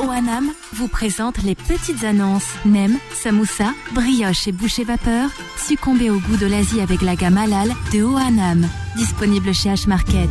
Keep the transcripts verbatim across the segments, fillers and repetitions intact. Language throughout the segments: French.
Oanam vous présente les petites annonces. Nem, samoussa, brioche et bouchée vapeur. Succombez au goût de l'Asie avec la gamme halal de Oanam. Disponible chez H-Market.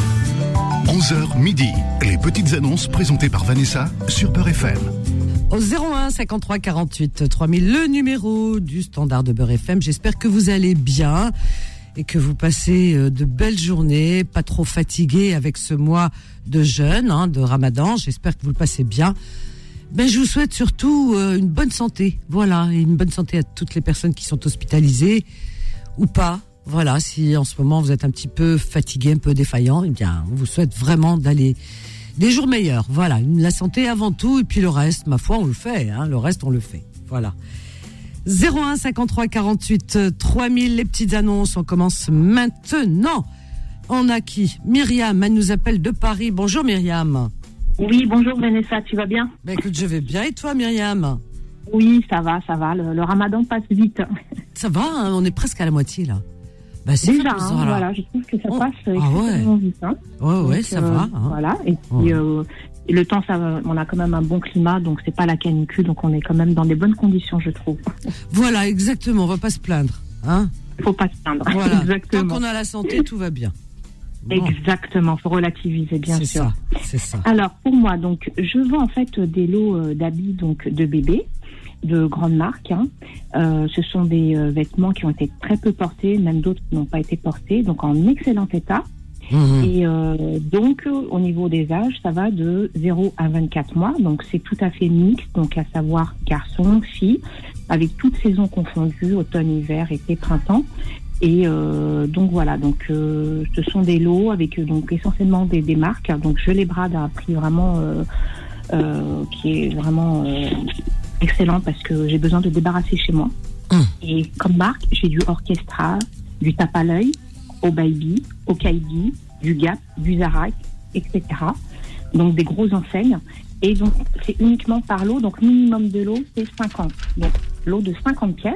onze heures midi, les petites annonces présentées par Vanessa sur Beurre F M. Au zéro un cinquante-trois quarante-huit trois mille, le numéro du standard de Beurre F M. J'espère que vous allez bien et que vous passez de belles journées, pas trop fatigués avec ce mois de jeûne, hein, de Ramadan. J'espère que vous le passez bien. Ben, je vous souhaite surtout euh, une bonne santé. Voilà, et une bonne santé à toutes les personnes qui sont hospitalisées ou pas. Voilà, si en ce moment vous êtes un petit peu fatigué, un peu défaillant, eh bien, on vous souhaite vraiment d'aller des jours meilleurs. Voilà, la santé avant tout, et puis le reste, ma foi, on le fait. Hein, le reste, on le fait. Voilà. zéro un cinquante-trois quarante-huit trois mille, les petites annonces, on commence maintenant. On a qui? Myriam, elle nous appelle de Paris. Bonjour Myriam. Oui, bonjour Vanessa, tu vas bien? Ben écoute, je vais bien, et toi Myriam? Oui, ça va, ça va, le, le ramadan passe vite. Ça va, hein, on est presque à la moitié là. Bah, c'est déjà, hein, voilà. voilà, je trouve que ça oh. passe ah, extrêmement ouais. vite. Hein. Ouais, ouais, donc, ça euh, va. Hein. Voilà, et puis ouais. euh, et le temps, ça, on a quand même un bon climat, donc c'est pas la canicule, donc on est quand même dans des bonnes conditions, je trouve. Voilà, exactement, on va pas se plaindre. Hein. Faut pas se plaindre, voilà. exactement. Tant qu'on a la santé, tout va bien. Bon. Exactement, faut relativiser, bien c'est sûr. Ça, c'est ça. Alors, pour moi, donc, je vends en fait des lots d'habits donc, de bébés, de grandes marques. Hein. Euh, ce sont des euh, vêtements qui ont été très peu portés, même d'autres qui n'ont pas été portés, donc en excellent état. Mmh. Et euh, donc, au niveau des âges, ça va de zéro à vingt-quatre mois. Donc, c'est tout à fait mixte, donc à savoir garçons, filles, avec toutes saisons confondues, automne, hiver, été, printemps. Et euh, donc voilà, donc euh, ce sont des lots avec donc essentiellement des, des marques. Donc je les brade à un prix vraiment euh, euh, qui est vraiment euh, excellent parce que j'ai besoin de débarrasser chez moi. Mmh. Et comme marque, j'ai du Orchestra, du Tape à l'œil, au Baby, au Kaidi, du Gap, du Zara, et cetera. Donc des grosses enseignes. Et donc c'est uniquement par lot, donc minimum de lot c'est cinquante. Donc lot de cinquante pièces.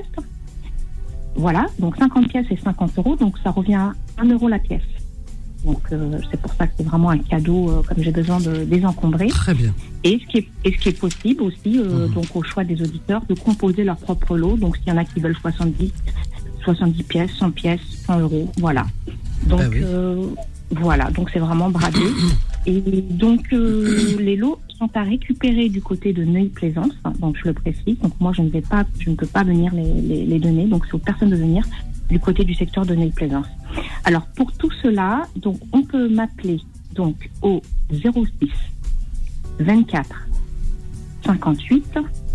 Voilà, donc cinquante pièces et cinquante euros, donc ça revient à un euro la pièce. Donc euh, c'est pour ça que c'est vraiment un cadeau, euh, comme j'ai besoin de désencombrer. Très bien. Et ce qui est, et ce qui est possible aussi, euh, mmh. donc au choix des auditeurs, de composer leur propre lot. Donc s'il y en a qui veulent soixante-dix, soixante-dix pièces, cent pièces, cent euros, voilà. Donc bah oui. euh, voilà, donc c'est vraiment bradé. Et donc euh, les lots sont à récupérer du côté de Neuilly-Plaisance, donc je le précise. Donc moi je ne vais pas, je ne peux pas venir les, les, les donner, donc c'est aux personnes de venir du côté du secteur de Neuilly-Plaisance. Alors pour tout cela, donc on peut m'appeler donc au zéro six vingt-quatre cinquante-huit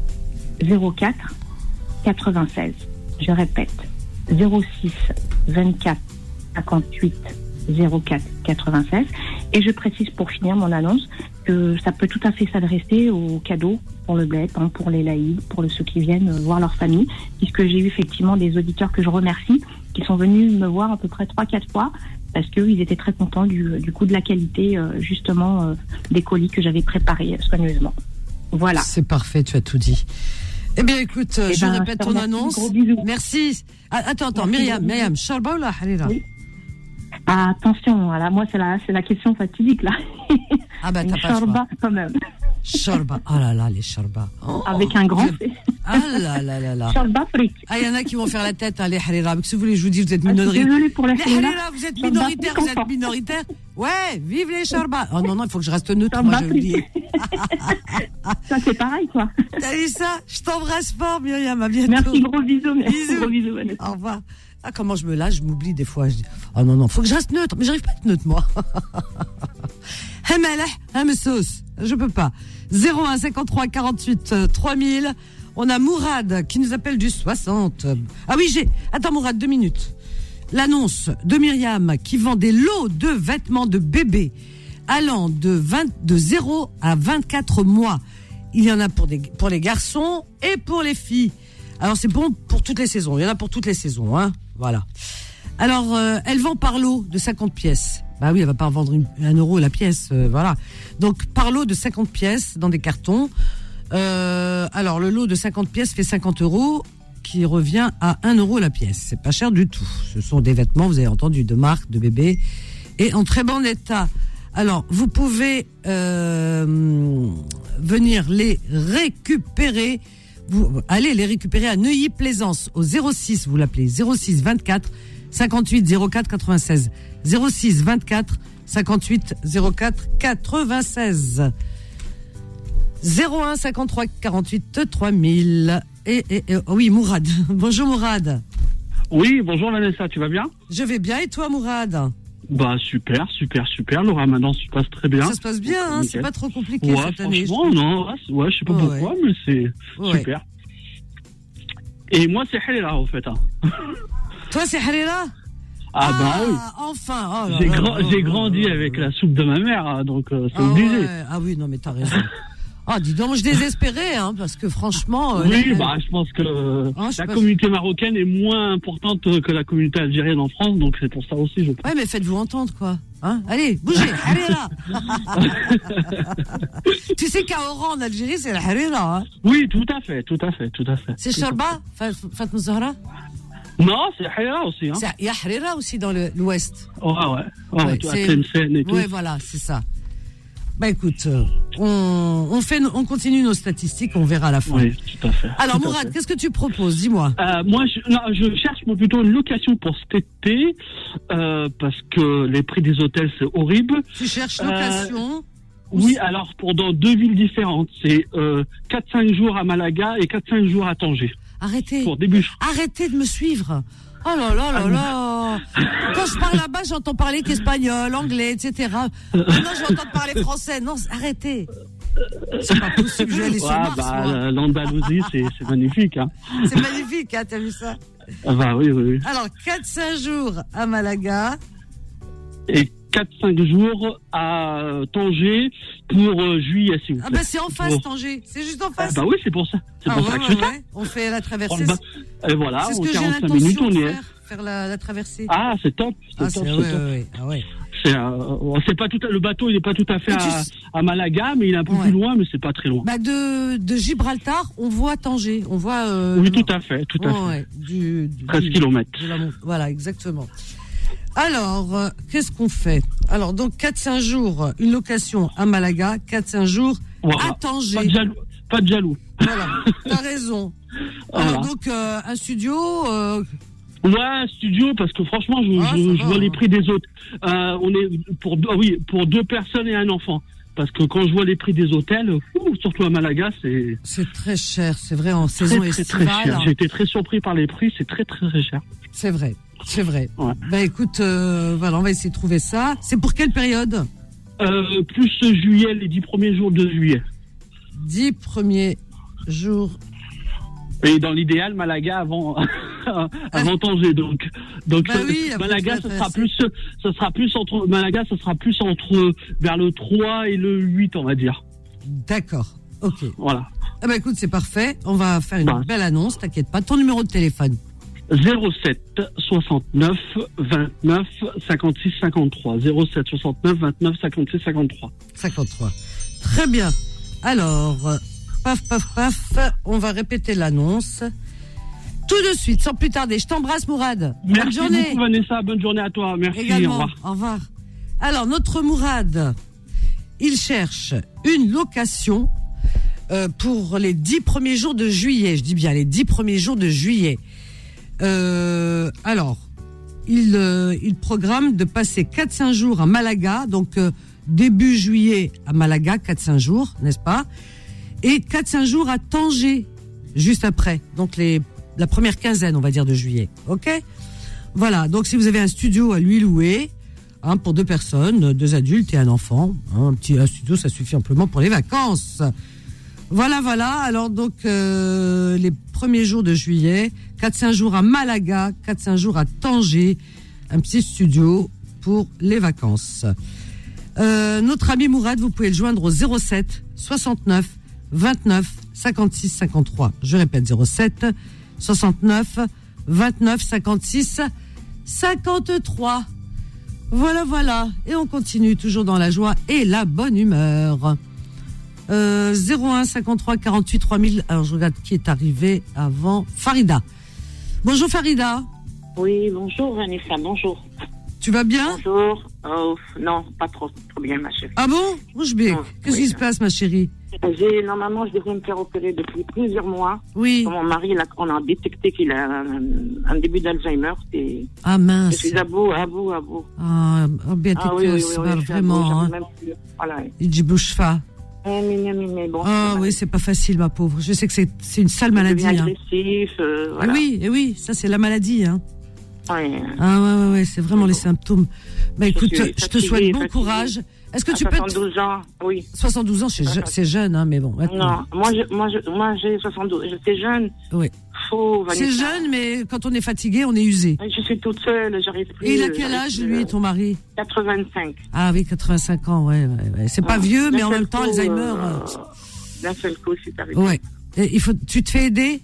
zéro quatre quatre-vingt-seize. Je répète, zéro six vingt-quatre cinquante-huit zéro quatre quatre-vingt-seize. Et je précise pour finir mon annonce que ça peut tout à fait s'adresser aux cadeaux pour le bled, hein, pour les laïcs, pour ceux qui viennent voir leur famille, puisque j'ai eu effectivement des auditeurs que je remercie qui sont venus me voir à peu près trois quatre fois parce qu'ils étaient très contents du, du coup de la qualité euh, justement euh, des colis que j'avais préparés soigneusement. Voilà. C'est parfait, tu as tout dit. Eh bien écoute, eh je ben, répète ton annonce. Gros bisous. Merci. Ah, attends, attends, Merci Myriam, Myriam, Sharba ou la Harira? Oui. Ah, attention, voilà, moi c'est la, c'est la question fatidique là. Ah bah t'as pas Sharba quand même. Sharba, oh là là, les Sharba. Oh, avec un grand. Ah là là là là. Sharba fric. Ah, il y en a qui vont faire la tête, hein, les Harira. Si vous voulez, je vous dis, vous êtes minoritaire. Ah, désolée pour la les Harira, vous êtes minoritaire, vous êtes minoritaire. Ouais, vive les Sharba. Oh non, non, il faut que je reste neutre, moi j'ai oublié. Ça c'est pareil quoi. T'as dit ça? Je t'embrasse fort, Myriam, à bientôt. Merci, gros bisous. Merci, bisous. Gros bisous. Au revoir. Ah, comment je me lâche, je m'oublie des fois. Je dis, oh non, non, faut que je reste neutre. Mais j'arrive pas à être neutre, moi. Je peux pas. zéro un cinquante-trois quarante-huit trois mille. On a Mourad qui nous appelle du soixante. Ah oui, j'ai. Attends, Mourad, deux minutes. L'annonce de Myriam qui vend des lots de vêtements de bébés allant de, vingt, de zéro à vingt-quatre mois. Il y en a pour, des, pour les garçons et pour les filles. Alors, c'est bon pour toutes les saisons. Il y en a pour toutes les saisons, hein. Voilà. Alors, euh, elle vend par lot de cinquante pièces. Bah oui, elle va pas vendre une, un euro la pièce, euh, voilà. Donc, par lot de cinquante pièces dans des cartons. Euh, alors, le lot de cinquante pièces fait cinquante euros, qui revient à un euro la pièce. C'est pas cher du tout. Ce sont des vêtements, vous avez entendu, de marque, de bébé, et en très bon état. Alors, vous pouvez euh, venir les récupérer. Vous allez les récupérer à Neuilly-Plaisance au zéro six, vous l'appelez zéro six vingt-quatre cinquante-huit zéro quatre quatre-vingt-seize zéro six vingt-quatre cinquante-huit zéro quatre quatre-vingt-seize zéro un cinquante-trois quarante-huit trois mille. Et, et, et oui, Mourad. Bonjour Mourad. Oui, bonjour Vanessa, tu vas bien? Je vais bien, et toi Mourad? Bah super, super, super. Le ramadan se passe très bien. Ça se passe bien, hein, c'est pas trop compliqué ouais, cette année. Franchement, non, ouais, je sais pas ouais. pourquoi, mais c'est ouais. super. Et moi, c'est Harira, en fait. Hein. Toi, c'est Harira? Ah, ah bah oui. Enfin. Oh là j'ai là gra- là j'ai là grandi là avec là. la soupe de ma mère, hein, donc euh, c'est ah obligé. Ouais. Ah oui, non, mais t'as raison. Ah, dis donc, je désespérais, hein, parce que franchement. Euh, oui, la... bah, je pense que euh, ah, la pas... communauté marocaine est moins importante que la communauté algérienne en France, donc c'est pour ça aussi, je pense. Ouais, mais faites-vous entendre, quoi. Hein, allez, bougez, Harira. Tu sais qu'à Oran, en Algérie, c'est la Harira. Hein. Oui, tout à fait, tout à fait, tout à fait. C'est Sharba, Fatma Zahra? Non, c'est Harira aussi. Hein. Il y a Harira aussi dans le, l'ouest. Oh, ouais, ouais, ouais, c'est Tlemcen et tout. Ouais, voilà, c'est ça. Bah écoute, on, on, fait, on continue nos statistiques, on verra à la fin. Oui, tout à fait. Alors tout Mourad, qu'est-ce que tu proposes? Dis-moi. Euh, moi, je, non, je cherche moi, plutôt une location pour cet été, euh, parce que les prix des hôtels, c'est horrible. Tu cherches location euh, Oui, alors pour dans deux villes différentes. C'est euh, quatre cinq jours à Malaga et quatre cinq jours à Tanger. Arrêtez. Pour début. Arrêtez de me suivre. Oh là là là là. Quand je parle là-bas, j'entends parler qu'espagnol, anglais, et cetera. Maintenant, je vais entendre parler français. Non, arrêtez. C'est pas possible, je vais aller sur Mars, bah, moi. L'Andalousie, c'est, c'est magnifique. Hein. C'est magnifique, hein, t'as vu ça? Ah bah oui, oui, oui. Alors, quatre cinq jours à Malaga. Et quatre cinq jours à Tanger pour euh, juillet, s'il vous plaît. Ah bah c'est en face, pour... Tanger. C'est juste en face. Ah bah oui, c'est pour ça. C'est ah pour ouais, ça que ouais, je fais ouais. ça. On fait la traversée. Et voilà, c'est ce en que j'ai quarante-cinq minutes, on de y est. faire, faire la, la traversée. Ah, c'est top. C'est ah, top, c'est, c'est ouais, top. ouais, ouais. Ah, ouais. C'est, euh, c'est pas tout à, le bateau, il n'est pas tout à fait à, à Malaga, mais il est un peu ouais. plus loin, mais c'est pas très loin. Bah de, de Gibraltar, on voit Tanger. On voit. Euh, oui, tout à fait, tout à oh, fait. Ouais, du, du, treize kilomètres. De la, voilà, exactement. Alors, euh, qu'est-ce qu'on fait? Alors, donc, quatre cinq jours, une location à Malaga, quatre cinq jours voilà. à Tanger. Pas de jaloux. Pas de jaloux. Voilà, t'as raison. Alors, voilà. donc, euh, un studio... Euh... Ouais, studio, parce que franchement, je, ah, je, je va, vois hein. les prix des autres. Euh, on est pour, ah oui, pour deux personnes et un enfant. Parce que quand je vois les prix des hôtels, fou, surtout à Malaga, c'est... C'est très cher, c'est vrai, en très, saison très, estivale. Très cher. J'ai été très surpris par les prix, c'est très, très, très cher. C'est vrai, c'est vrai. Ouais. Bah écoute, euh, voilà, on va essayer de trouver ça. C'est pour quelle période? euh, Plus juillet, les dix premiers jours de juillet. Dix premiers jours... Et dans l'idéal, Malaga avant, avant Tanger, donc, donc bah oui, Malaga, ce sera plus, ce sera plus entre Malaga, ce sera plus entre vers le trois et le huit, on va dire. D'accord, ok. Voilà. Ah bah écoute, c'est parfait. On va faire une bah. belle annonce, t'inquiète pas. Ton numéro de téléphone? zéro sept soixante-neuf vingt-neuf cinquante-six cinquante-trois. zéro sept soixante-neuf vingt-neuf cinquante-six cinquante-trois. cinquante-trois. Très bien. Alors. Paf, paf, paf, on va répéter l'annonce. Tout de suite, sans plus tarder. Je t'embrasse, Mourad. Merci bonne journée. beaucoup, Vanessa. Bonne journée à toi. Merci. Également. Au revoir. Au revoir. Alors, notre Mourad, il cherche une location euh, pour les dix premiers jours de juillet. Je dis bien les dix premiers jours de juillet. Euh, alors, il, euh, il programme de passer quatre cinq jours à Malaga. Donc, euh, début juillet à Malaga, quatre cinq jours, n'est-ce pas? Et quatre cinq jours à Tanger, juste après. Donc, les, la première quinzaine, on va dire, de juillet. OK? Voilà. Donc, si vous avez un studio à lui louer, hein, pour deux personnes, deux adultes et un enfant, hein, un petit un studio, ça suffit amplement pour les vacances. Voilà, voilà. Alors, donc, euh, les premiers jours de juillet, quatre cinq jours à Malaga, quatre cinq jours à Tanger, un petit studio pour les vacances. Euh, notre ami Mourad, vous pouvez le joindre au zéro sept soixante-neuf vingt-neuf cinquante-six cinquante-trois. Je répète, zéro sept soixante-neuf vingt-neuf cinquante-six cinquante-trois. Voilà, voilà. Et on continue toujours dans la joie et la bonne humeur. Euh, zéro un cinquante-trois quarante-huit trois mille. Alors, je regarde qui est arrivé avant. Farida. Bonjour, Farida. Oui, bonjour, Vanessa, bonjour. Tu vas bien? Bonjour. Oh, non, pas trop, trop bien, ma chérie. Ah bon? Qu'est-ce oui, qui se passe, ma chérie? J'ai, normalement, je devrais me faire opérer depuis plusieurs mois. Oui. Mon mari, là, on a détecté qu'il a un, un début d'Alzheimer. Et ah mince. Je suis à bout, à bout, à bout. Ah, bien ah, oui, oui, oui, oui, vraiment. Hein. Voilà. Il dit bouge pas. Eh, mais, mais, mais bon, ah oui, c'est pas facile, ma pauvre. Je sais que c'est, c'est une sale maladie. Hein. Agressif, euh, voilà. Et oui, et oui, ça c'est la maladie, hein. Ouais. Ah ouais, ouais, ouais, c'est vraiment les symptômes. Bah écoute, je, je te souhaite bon fatiguée. Courage. Est-ce que à tu peux soixante-douze ans, oui. soixante-douze ans, c'est, je, c'est jeune, hein, mais bon. Maintenant. Non, moi, je, moi, je, moi, j'ai soixante-douze. C'est jeune. Oui. Faux, c'est jeune, mais quand on est fatigué, on est usé. Je suis toute seule, j'arrive plus. Et il a quel âge, lui, ton mari? quatre-vingt-cinq. Ah oui, quatre-vingt-cinq ans, ouais, ouais, ouais. C'est pas ah, vieux, mais en même temps, coup, Alzheimer. Euh, d'un seul coup, c'est arrivé. Ouais. Et il faut, tu te fais aider?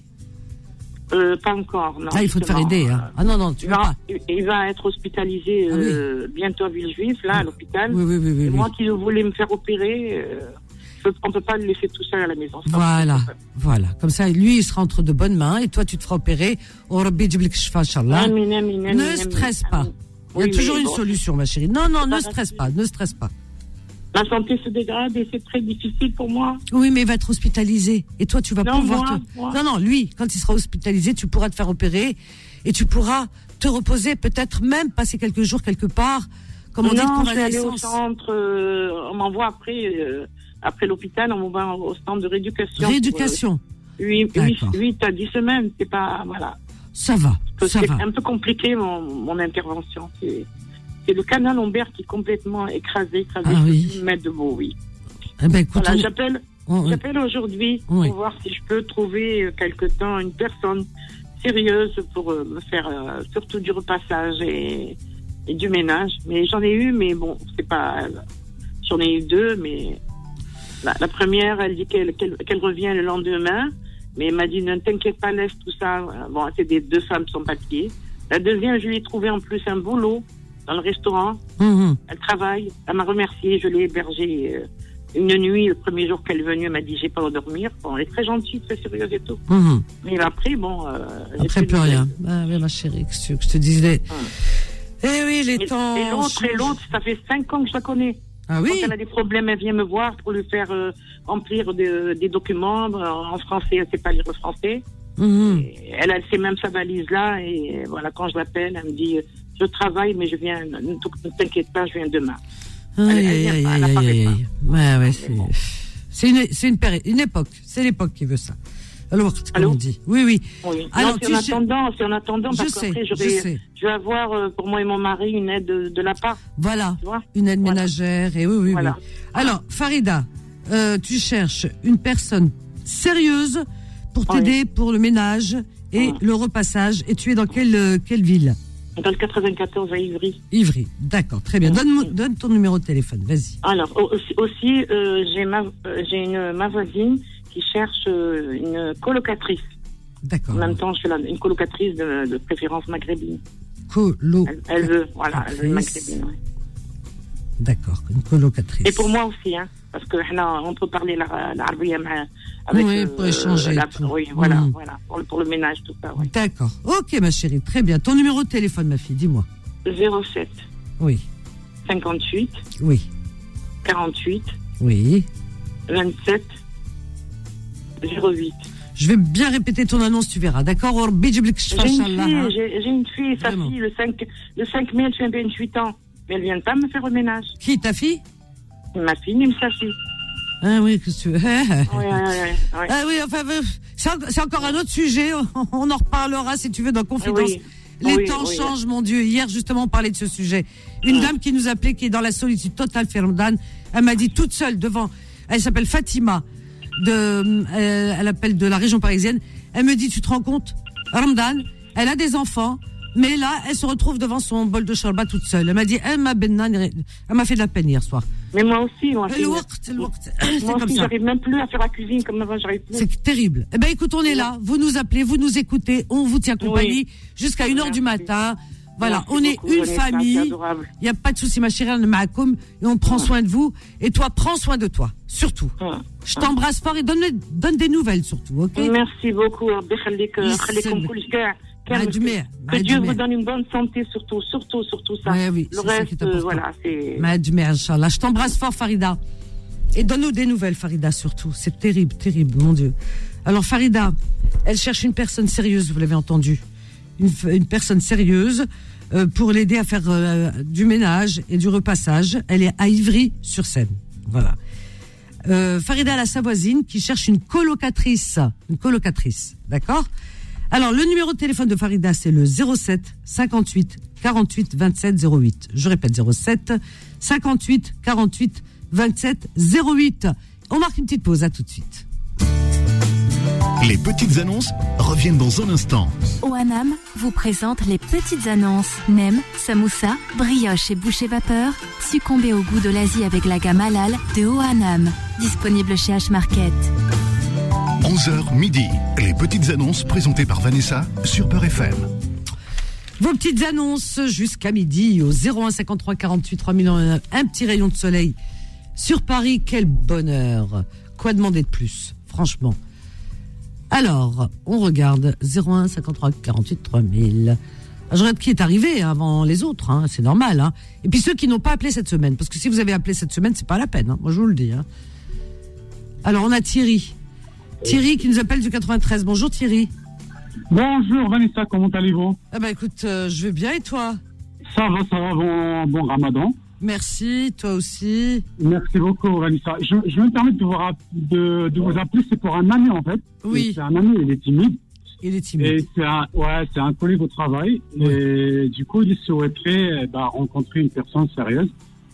Euh, pas encore, non. Ah, il faut te faire aider, hein. Ah non, non, tu non, vas pas. Il va être hospitalisé euh, ah, oui. bientôt à Villejuif, là, à l'hôpital. Oui, oui, oui. oui et oui. moi qui voulais me faire opérer, euh, on ne peut pas le laisser tout seul à la maison. Voilà, voilà. Comme ça, lui, il sera entre de bonnes mains et toi, tu te feras opérer. Oh, Rabbi Djibril Kshfa, Inch'Allah. Ne stresse pas. Il y a toujours une solution, ma chérie. Non, non, ne stresse pas, ne stresse pas. Ma santé se dégrade et c'est très difficile pour moi. Oui, mais il va être hospitalisé. Et toi, tu vas non, pouvoir moi, te... moi. Non, non, lui, quand il sera hospitalisé, tu pourras te faire opérer et tu pourras te reposer, peut-être même passer quelques jours quelque part, comme on non, dit, de convalescence. Je vais aller au centre, euh, on m'envoie après, euh, après l'hôpital, on m'envoie au centre de rééducation. Rééducation. huit à dix semaines, c'est pas, voilà. Ça va, ça c'est va. C'est un peu compliqué, mon, mon intervention. C'est... C'est le canal lombaire qui est complètement écrasé, écrasé. Ah, oui. Je peux me mettre debout, oui. Eh ben, écoute, voilà, on... j'appelle, on... j'appelle aujourd'hui oui. pour voir si je peux trouver quelque temps une personne sérieuse pour euh, me faire euh, surtout du repassage et, et du ménage. Mais j'en ai eu, mais bon, c'est pas. J'en ai eu deux, mais la, la première, elle dit qu'elle, qu'elle, qu'elle revient le lendemain, mais elle m'a dit ne t'inquiète pas, laisse tout ça. Bon, c'est des deux femmes sans papier. La deuxième, je lui ai trouvé en plus un boulot dans le restaurant. Mmh. Elle travaille. Elle m'a remercié. Je l'ai hébergée euh, une nuit. Le premier jour qu'elle est venue, elle m'a dit j'ai pas à dormir. Bon, elle est très gentille, très sérieuse et tout. Mmh. Mais après, bon. Euh, après, plus rien. Ah, mais ma chérie, que je te disais. Mmh. Eh oui, les et, temps. Et l'autre, et l'autre, ça fait cinq ans que je la connais. Ah oui. Quand elle a des problèmes, elle vient me voir pour lui faire euh, remplir de, des documents. En français, elle sait pas lire le français. Mmh. Elle, elle sait même sa valise là. Et voilà, quand je l'appelle, elle me dit. Je travaille, mais je viens, ne t'inquiète pas, je viens demain. Aïe, aïe, aïe, aïe, aïe. Ouais, ouais, c'est, c'est une, c'est une période, une époque. C'est l'époque qui veut ça. Alors, comme on dit. Oui, oui. oui. Alors, non, c'est en attendant, c'est en attendant, je parce sais, qu'après, je, sais. je vais avoir, euh, pour moi et mon mari, une aide de, de la part. Voilà. Une aide voilà. ménagère, et oui, oui, voilà. oui. Alors, Farida, euh, tu cherches une personne sérieuse pour t'aider oui. pour le ménage et oui. le repassage, et tu es dans quelle, quelle ville? Dans le quatre-vingt-quatorze à Ivry. Ivry, d'accord, très bien. Donne, donne ton numéro de téléphone, vas-y. Alors, aussi, aussi euh, j'ai, ma, euh, j'ai une, ma voisine qui cherche euh, une colocatrice. D'accord. En même temps, je suis là, une colocatrice de, de préférence maghrébine. Colocatrice. Elle, elle veut, voilà, elle veut maghrébine, oui. D'accord, une colocatrice. Et pour moi aussi, hein, parce que là, on peut parler l'arabiya avec. Oui, pour euh, échanger. La, tout. Oui, voilà, mmh. voilà, pour le, pour le ménage, tout ça. Oui. D'accord. Ok, ma chérie, très bien. Ton numéro de téléphone, ma fille, dis-moi. zéro sept. Oui. cinquante-huit. Oui. quarante-huit. Oui. vingt-sept. zéro huit. Je vais bien répéter ton annonce, tu verras. D'accord? J'ai une fille, j'ai, j'ai une fille, sa Vraiment. fille, le cinq, le cinq mai, elle fait vingt-huit ans. Mais elle vient pas me faire le ménage. Qui, ta fille? Ma fille, même sa fille. Ah oui, qu'est-ce que tu veux? Oui, oui, oui. Ah oui, enfin, c'est, c'est encore un autre sujet. On en reparlera si tu veux dans Confidence. Oui. Les oui, temps oui, changent, oui. mon Dieu. Hier, justement, on parlait de ce sujet. Une oui. dame qui nous appelait, qui est dans la solitude totale, Fermdan, elle m'a dit toute seule devant, elle s'appelle Fatima, de, euh, elle appelle de la région parisienne. Elle me dit, tu te rends compte, Ramadan, elle a des enfants, mais là, elle se retrouve devant son bol de shorba toute seule. Elle m'a dit, elle m'a, elle m'a fait de la peine hier soir. Mais moi aussi, moi aussi. Le waqt, le waqt. C'est moi comme aussi, ça. J'arrive même plus à faire la cuisine comme avant, j'arrive plus. C'est terrible. Eh ben, écoute, on est là. Vous nous appelez, vous nous écoutez, on vous tient compagnie oui. jusqu'à une heure du matin. Voilà, Merci on est beaucoup, une famille. Il n'y a pas de souci, ma chérie, on est ma'akoum et on prend soin de vous. Et toi, prends soin de toi, surtout. Ah. Je t'embrasse fort et donne, donne des nouvelles, surtout, ok? Merci beaucoup. Que, que Dieu vous donne une bonne santé, surtout, surtout, surtout ça. Ouais, oui, le reste, euh, voilà, c'est. Inch'Allah. Je t'embrasse fort, Farida. Et donne-nous des nouvelles, Farida, surtout. C'est terrible, terrible, mon Dieu. Alors, Farida, elle cherche une personne sérieuse, vous l'avez entendu. Une, une personne sérieuse euh, pour l'aider à faire euh, du ménage et du repassage. Elle est à Ivry-sur-Seine. Voilà. Euh, Farida, la sa voisine, qui cherche une colocatrice. Une colocatrice, d'accord ? Alors, le numéro de téléphone de Farida, c'est le zéro sept cinquante-huit quarante-huit vingt-sept zéro huit. Je répète, zéro sept cinquante-huit quarante-huit vingt-sept zéro huit. On marque une petite pause, à tout de suite. Les petites annonces reviennent dans un instant. Oanam vous présente les petites annonces. Nem, samoussa, brioche et boucher vapeur. Succombez au goût de l'Asie avec la gamme halal de Oanam. Disponible chez H-Market. onze heures midi. Les petites annonces présentées par Vanessa sur Beurre F M. Vos petites annonces jusqu'à midi au zéro un cinquante-trois quarante-huit trois mille. Un petit rayon de soleil sur Paris. Quel bonheur. Quoi demander de plus, franchement. Alors, on regarde zéro un cinquante-trois quarante-huit trois mille. Je regarde qui est arrivé avant les autres, hein, c'est normal. Hein. Et puis ceux qui n'ont pas appelé cette semaine, parce que si vous avez appelé cette semaine, c'est pas la peine. Hein, moi, je vous le dis. Hein. Alors, on a Thierry. Thierry qui nous appelle du quatre-vingt-treize. Bonjour Thierry. Bonjour Vanessa, comment allez-vous? Ah bah écoute, euh, je vais bien et toi? Ça va, ça va, bon, bon Ramadan. Merci, toi aussi. Merci beaucoup Vanessa. Je, je me permets de vous, de, de vous appeler, c'est pour un ami en fait. Oui. C'est un ami, il est timide. Il est timide. Et c'est un, ouais, c'est un collègue au travail. Oui. Et du coup, il souhaiterait bah, rencontrer une personne sérieuse.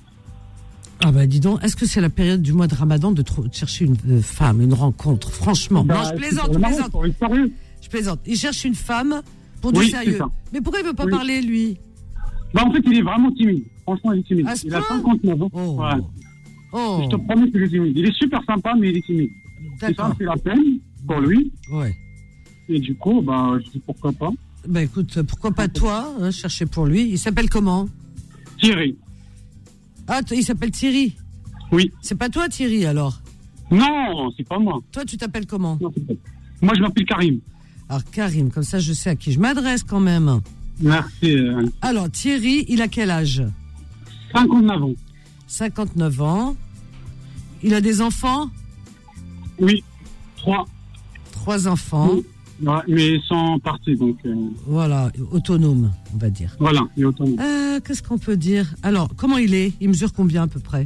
Ah bah dis donc, est-ce que c'est la période du mois de Ramadan de, trop, de chercher une euh, femme, une rencontre? Franchement, bah, non, je plaisante, je plaisante. Je plaisante. Il cherche une femme pour du oui, sérieux. Mais pourquoi il veut pas oui. parler lui? Bah en fait, il est vraiment timide. Franchement, il est timide. Il a cinquante-neuf ans. Oh. Ouais. Oh. Je te promets qu'il est timide. Il est super sympa, mais il est timide. D'accord. Ça, c'est la peine pour lui. Ouais. Et du coup, bah, je dis pourquoi pas. Bah écoute, pourquoi pas toi, hein, chercher pour lui. Il s'appelle comment? Thierry. Ah, t- il s'appelle Thierry. Oui. C'est pas toi Thierry alors? Non, c'est pas moi. Toi, tu t'appelles comment? Non, c'est pas. Moi, je m'appelle Karim. Alors Karim, comme ça je sais à qui je m'adresse quand même. Merci. Euh... Alors Thierry, il a quel âge? cinquante-neuf ans. cinquante-neuf ans. Il a des enfants? Oui, trois. Trois enfants. Oui. Ouais, mais ils sont partis, donc... Euh... Voilà, autonome, on va dire. Voilà, il est autonome. Euh, qu'est-ce qu'on peut dire? Alors, comment il est? Il mesure combien à peu près?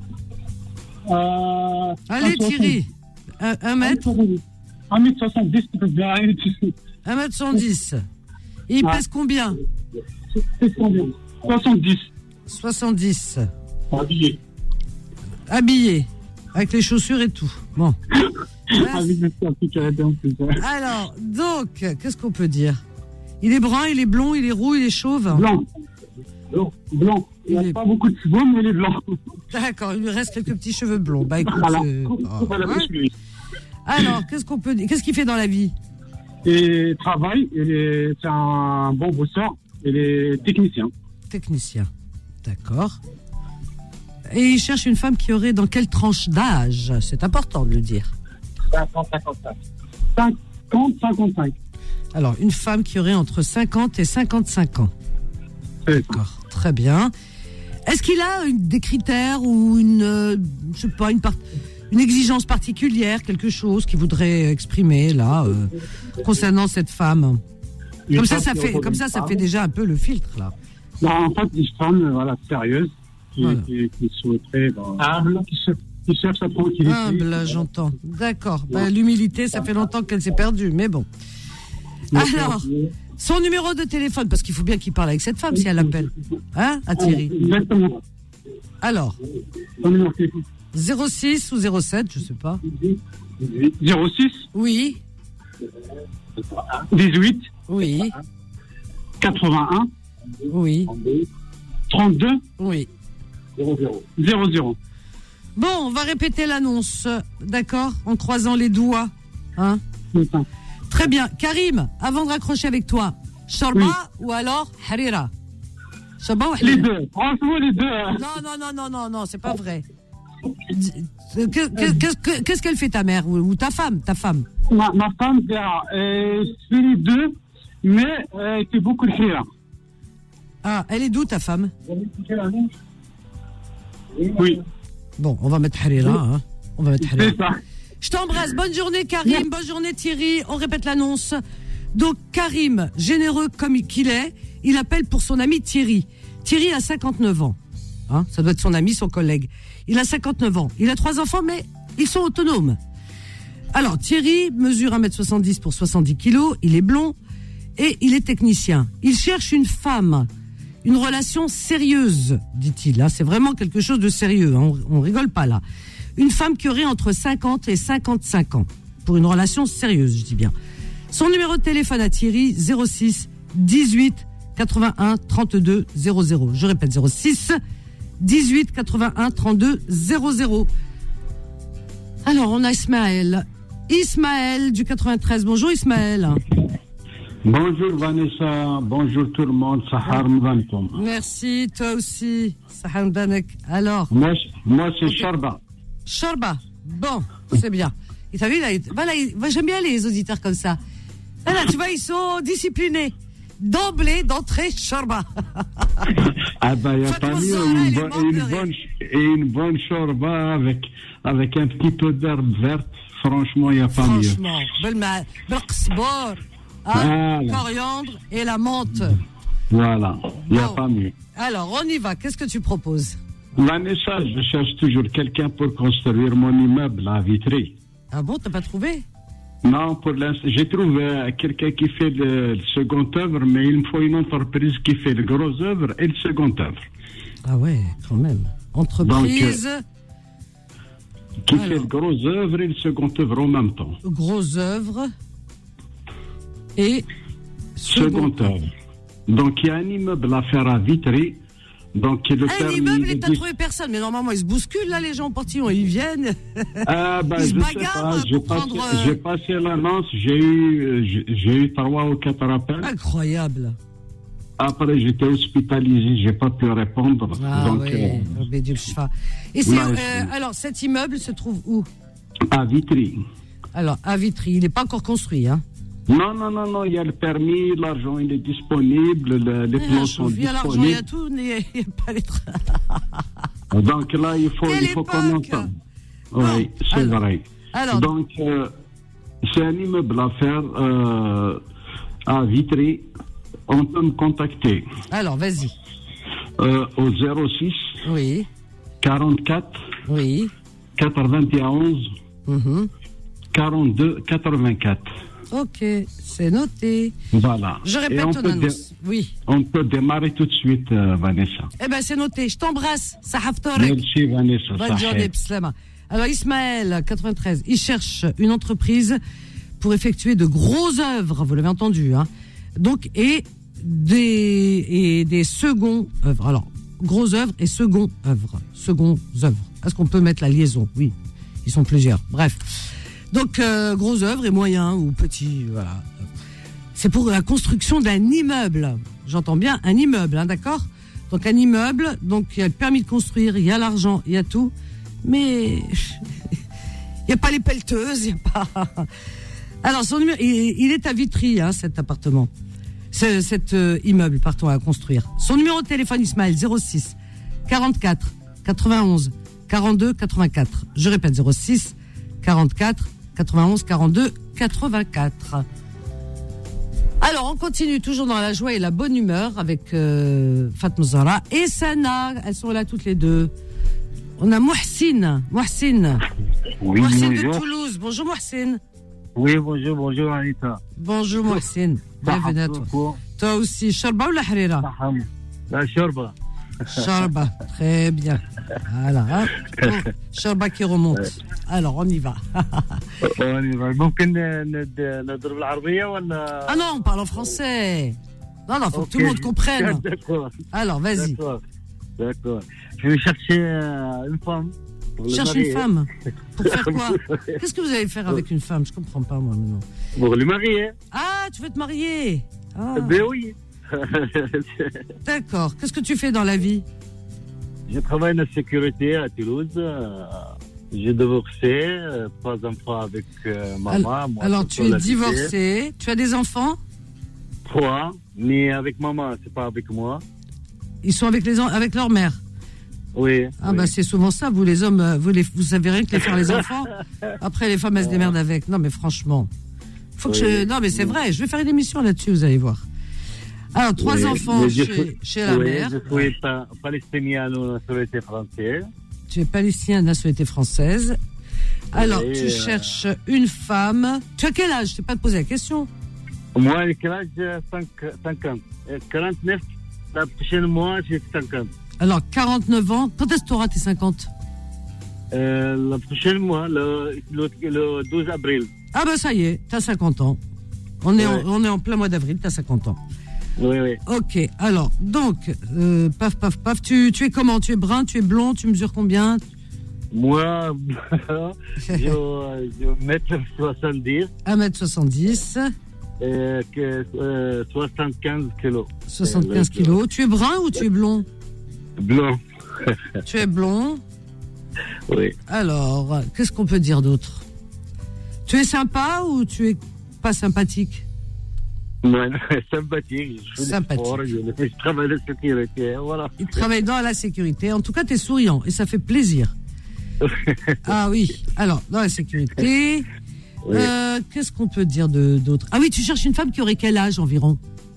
euh... Allez Thierry, un, un mètre un mètre soixante-dix, tu peux bien arriver dessus. un mètre soixante-dix. Et il ah. pèse combien? C'est combien? soixante-dix. soixante-dix. Habillé. Habillé. Avec les chaussures et tout. Bon. Alors, donc, qu'est-ce qu'on peut dire? Il est brun, il est blond, il est roux, il est chauve? Blanc. Blanc. Blanc. Il n'a est... pas beaucoup de cheveux, mais il est blanc. D'accord, il lui reste quelques petits cheveux blonds. Bah écoute. Voilà. Euh... Oh, voilà, ouais. Alors, qu'est-ce qu'on peut dire? Qu'est-ce qu'il fait dans la vie? Il travaille, il est... c'est un bon bosseur, il est technicien. Technicien, d'accord. Et il cherche une femme qui aurait dans quelle tranche d'âge? C'est important de le dire. cinquante cinquante-cinq. cinquante cinquante-cinq. Alors, une femme qui aurait entre cinquante et cinquante-cinq ans. D'accord, très bien. Est-ce qu'il a une, des critères ou une, euh, je sais pas, une, part, une exigence particulière, quelque chose qu'il voudrait exprimer là euh, concernant cette femme? Une comme ça, ça fait, comme ça, ça fait déjà un peu le filtre là. Non, en fait, une femme, voilà, sérieuse, qui, voilà. qui, qui souhaiterait, ben, humble, qui, se, qui cherche sa tranquillité. Humble, j'entends. D'accord. Ouais. Ben, l'humilité, ça fait longtemps qu'elle s'est perdue, mais bon. Alors, son numéro de téléphone, parce qu'il faut bien qu'il parle avec cette femme si elle l'appelle. Hein, à Thierry? Exactement. Alors, zéro six ou zéro sept, je sais pas. zéro six? Oui. dix-huit? Oui. quatre-vingt-un? Oui. trente-deux? Oui. zéro zéro. Bon, on va répéter l'annonce, d'accord? En croisant les doigts. Hein? C'est ça. Très bien. Karim, avant de raccrocher avec toi, Shorba oui. ou alors Harira? Shorba ou Harira? Les deux. Franchement, les deux. Non, non, non, non, non, non, c'est pas vrai. Qu'est-ce, qu'est-ce qu'elle fait ta mère ou ta femme, ta femme? Ma, ma femme, c'est euh, les deux. mais euh, elle fait beaucoup de hira. Ah, elle est d'où ta femme? Oui. Bon, on va mettre Harira. Hein. On va mettre Harira. C'est ça. Je t'embrasse. Bonne journée, Karim. Bonne journée, Thierry. On répète l'annonce. Donc, Karim, généreux comme qu'il est, il appelle pour son ami Thierry. Thierry a cinquante-neuf ans. Hein, ça doit être son ami, son collègue. Il a cinquante-neuf ans. Il a trois enfants, mais ils sont autonomes. Alors, Thierry mesure un mètre soixante-dix pour soixante-dix kilos. Il est blond et il est technicien. Il cherche une femme. Une relation sérieuse, dit-il. Là, c'est vraiment quelque chose de sérieux. Hein. On, on rigole pas là. Une femme qui aurait entre cinquante et cinquante-cinq ans. Pour une relation sérieuse, je dis bien. Son numéro de téléphone à Thierry, zéro six dix-huit quatre-vingt-un trente-deux zéro zéro. Je répète, zéro six dix-huit quatre-vingt-un trente-deux zéro zéro. Alors, on a Ismaël. Ismaël du quatre-vingt-treize. Bonjour Ismaël. Bonjour Vanessa, bonjour tout le monde, Sahar Mouvantoum. Merci, toi aussi, Sahar Mouvanek. Alors Moi, moi c'est okay. Sharba. Sharba, bon, c'est bien. Et t'as vu, là, voilà, j'aime bien les auditeurs comme ça. Là, tu vois, ils sont disciplinés. D'emblée, d'entrée, Sharba. Ah ben, il n'y a pas mieux, une, bo- une bonne, et une bonne Sharba avec, avec un petit peu d'herbe verte, franchement, il n'y a pas franchement, mieux. Franchement, Ah, voilà. Coriandre et la menthe. Voilà, il n'y a bon. pas mieux. Alors, on y va. Qu'est-ce que tu proposes? Vanessa, je cherche toujours quelqu'un pour construire mon immeuble à Vitry. Ah bon, t'as pas trouvé? Non, pour l'instant, j'ai trouvé quelqu'un qui fait le, le second œuvre, mais il me faut une entreprise qui fait le gros œuvre et le second œuvre. Ah ouais, quand même. Entreprise... Donc, euh, qui Alors, fait le gros œuvre et le second œuvre en même temps. Gros œuvre... et second œuvre. Donc il y a un immeuble à faire à Vitry. Donc le un immeuble et t'as dit... trouvé personne, mais normalement ils se bousculent là, les gens au portillon, ils viennent. Ah ben ils je se bagarrent sais pas. J'ai pour passé, prendre. J'ai passé l'annonce, j'ai eu, j'ai, j'ai eu trois ou quatre appels. Incroyable. Après j'étais hospitalisé, j'ai pas pu répondre. Ah donc, ouais. euh... Et c'est, euh, alors cet immeuble se trouve où? À Vitry. Alors à Vitry, il n'est pas encore construit, hein? Non, non, non, non, il y a le permis, l'argent il est disponible, le, les plans sont disponibles. Il y a l'argent, il y a tout, il n'y a, a pas les tra... Donc là, il faut, il faut qu'on entende. Oui, c'est alors, vrai. Alors, donc, euh, c'est un immeuble à faire euh, à Vitry. On peut me contacter. Alors, vas-y. Euh, au zéro six oui. quarante-quatre oui. quatre-vingt-onze mm-hmm. quarante-deux quatre-vingt-quatre. Ok, c'est noté. Voilà. Je répète ton annonce. Dé- oui. On peut démarrer tout de suite, euh, Vanessa. Eh ben, c'est noté. Je t'embrasse. Sahaf Torek. Merci, Vanessa. Bonne journée, Pslama. Alors, Ismaël, quatre-vingt-treize, il cherche une entreprise pour effectuer de grosses œuvres, vous l'avez entendu, hein. Donc, et des, et des seconds œuvres. Alors, grosses œuvres et second œuvres. Second œuvres. Est-ce qu'on peut mettre la liaison? Oui. Ils sont plusieurs. Bref. Donc, euh, gros œuvres et moyens ou petits, voilà. C'est pour la construction d'un immeuble. J'entends bien un immeuble, hein, d'accord? Donc, un immeuble, donc il y a le permis de construire, il y a l'argent, il y a tout. Mais il n'y a pas les pelleteuses, il n'y a pas... Alors, son numéro, il, il est à Vitry, hein, cet appartement. Ce, cet euh, immeuble, pardon, à construire. Son numéro de téléphone, Ismaël, zéro six quarante-quatre quatre-vingt-onze quarante-deux quatre-vingt-quatre. Je répète, zéro six quarante-quatre quatre-vingt-onze quarante-deux quatre-vingt-quatre. Alors, on continue toujours dans la joie et la bonne humeur avec euh, Fatma Zahra et Sana. Elles sont là toutes les deux. On a Mohsin. Mohsin. Oui, Mohsin bonjour. de Toulouse. Bonjour Mohsin. Oui, bonjour, bonjour Anita. Bonjour Mohsin. Bienvenue à toi. Toi aussi. Sharba ou la harira? La sharba. Sharba. Très bien. Voilà. Hein. Oh, Sharba qui remonte. Alors, on y va. on y va. ممكن نضرب العربية ولا... Ah non, on parle en français. Non, non, faut okay. que tout le monde comprenne. D'accord. Alors, vas-y. D'accord. D'accord. Je vais chercher une femme. Cherche une femme. Pour faire quoi? Qu'est-ce que vous allez faire avec une femme? Je comprends pas, moi, maintenant. Pour le marier. Ah, tu veux te marier? Ah. Ben oui. D'accord. Qu'est-ce que tu fais dans la vie? Je travaille dans la sécurité à Toulouse. J'ai divorcé, trois enfants avec euh, maman. Alors, moi, alors tu es divorcé. Tu as des enfants? Trois, mais avec maman, c'est pas avec moi. Ils sont avec, les en- avec leur mère? Oui. Ah oui. bah c'est souvent ça, vous les hommes, vous, les, vous savez rien que les faire les enfants. Après les femmes elles se démerdent avec. Non mais franchement, faut que oui. je... non mais c'est vrai, je vais faire une émission là-dessus, vous allez voir. Alors trois oui. enfants chez, suis... chez la oui, mère. Je suis oui. pa- palestinien de nationalité française. Tu es palestinien de nationalité française. Alors oui, tu euh... cherches une femme. Tu as quel âge? Je t'ai pas posé la question. Moi, quel âge? cinquante. quarante-neuf. La prochaine mois, j'ai cinquante. Alors quarante-neuf ans. Quand est-ce que tu auras tes cinquante? Euh, la prochaine mois, le, le, le douze avril. Ah ben ça y est, t'as cinquante ans. On est, ouais. en, on est en plein mois d'avril, t'as cinquante ans. Oui, oui. Ok, alors, donc, euh, paf, paf, paf, tu, tu es comment? Tu es brun, tu es blond, tu mesures combien? Moi, je, je mètre soixante-dix. un mètre soixante-dix. Euh, que, euh, soixante-quinze kilos. soixante-quinze kilos. Tu es brun ou tu es blond? Blond. Tu es blond. Oui. Alors, qu'est-ce qu'on peut dire d'autre? Tu es sympa ou tu es pas sympathique? Moi, sympathique. Je fais sympathique. Sport, je, je travaille dans la sécurité. Voilà. Il travaille dans la sécurité. En tout cas, tu es souriant et ça fait plaisir. Ah oui. Alors, dans la sécurité, oui. euh, qu'est-ce qu'on peut dire de, d'autre? Ah oui, tu cherches une femme qui aurait quel âge environ?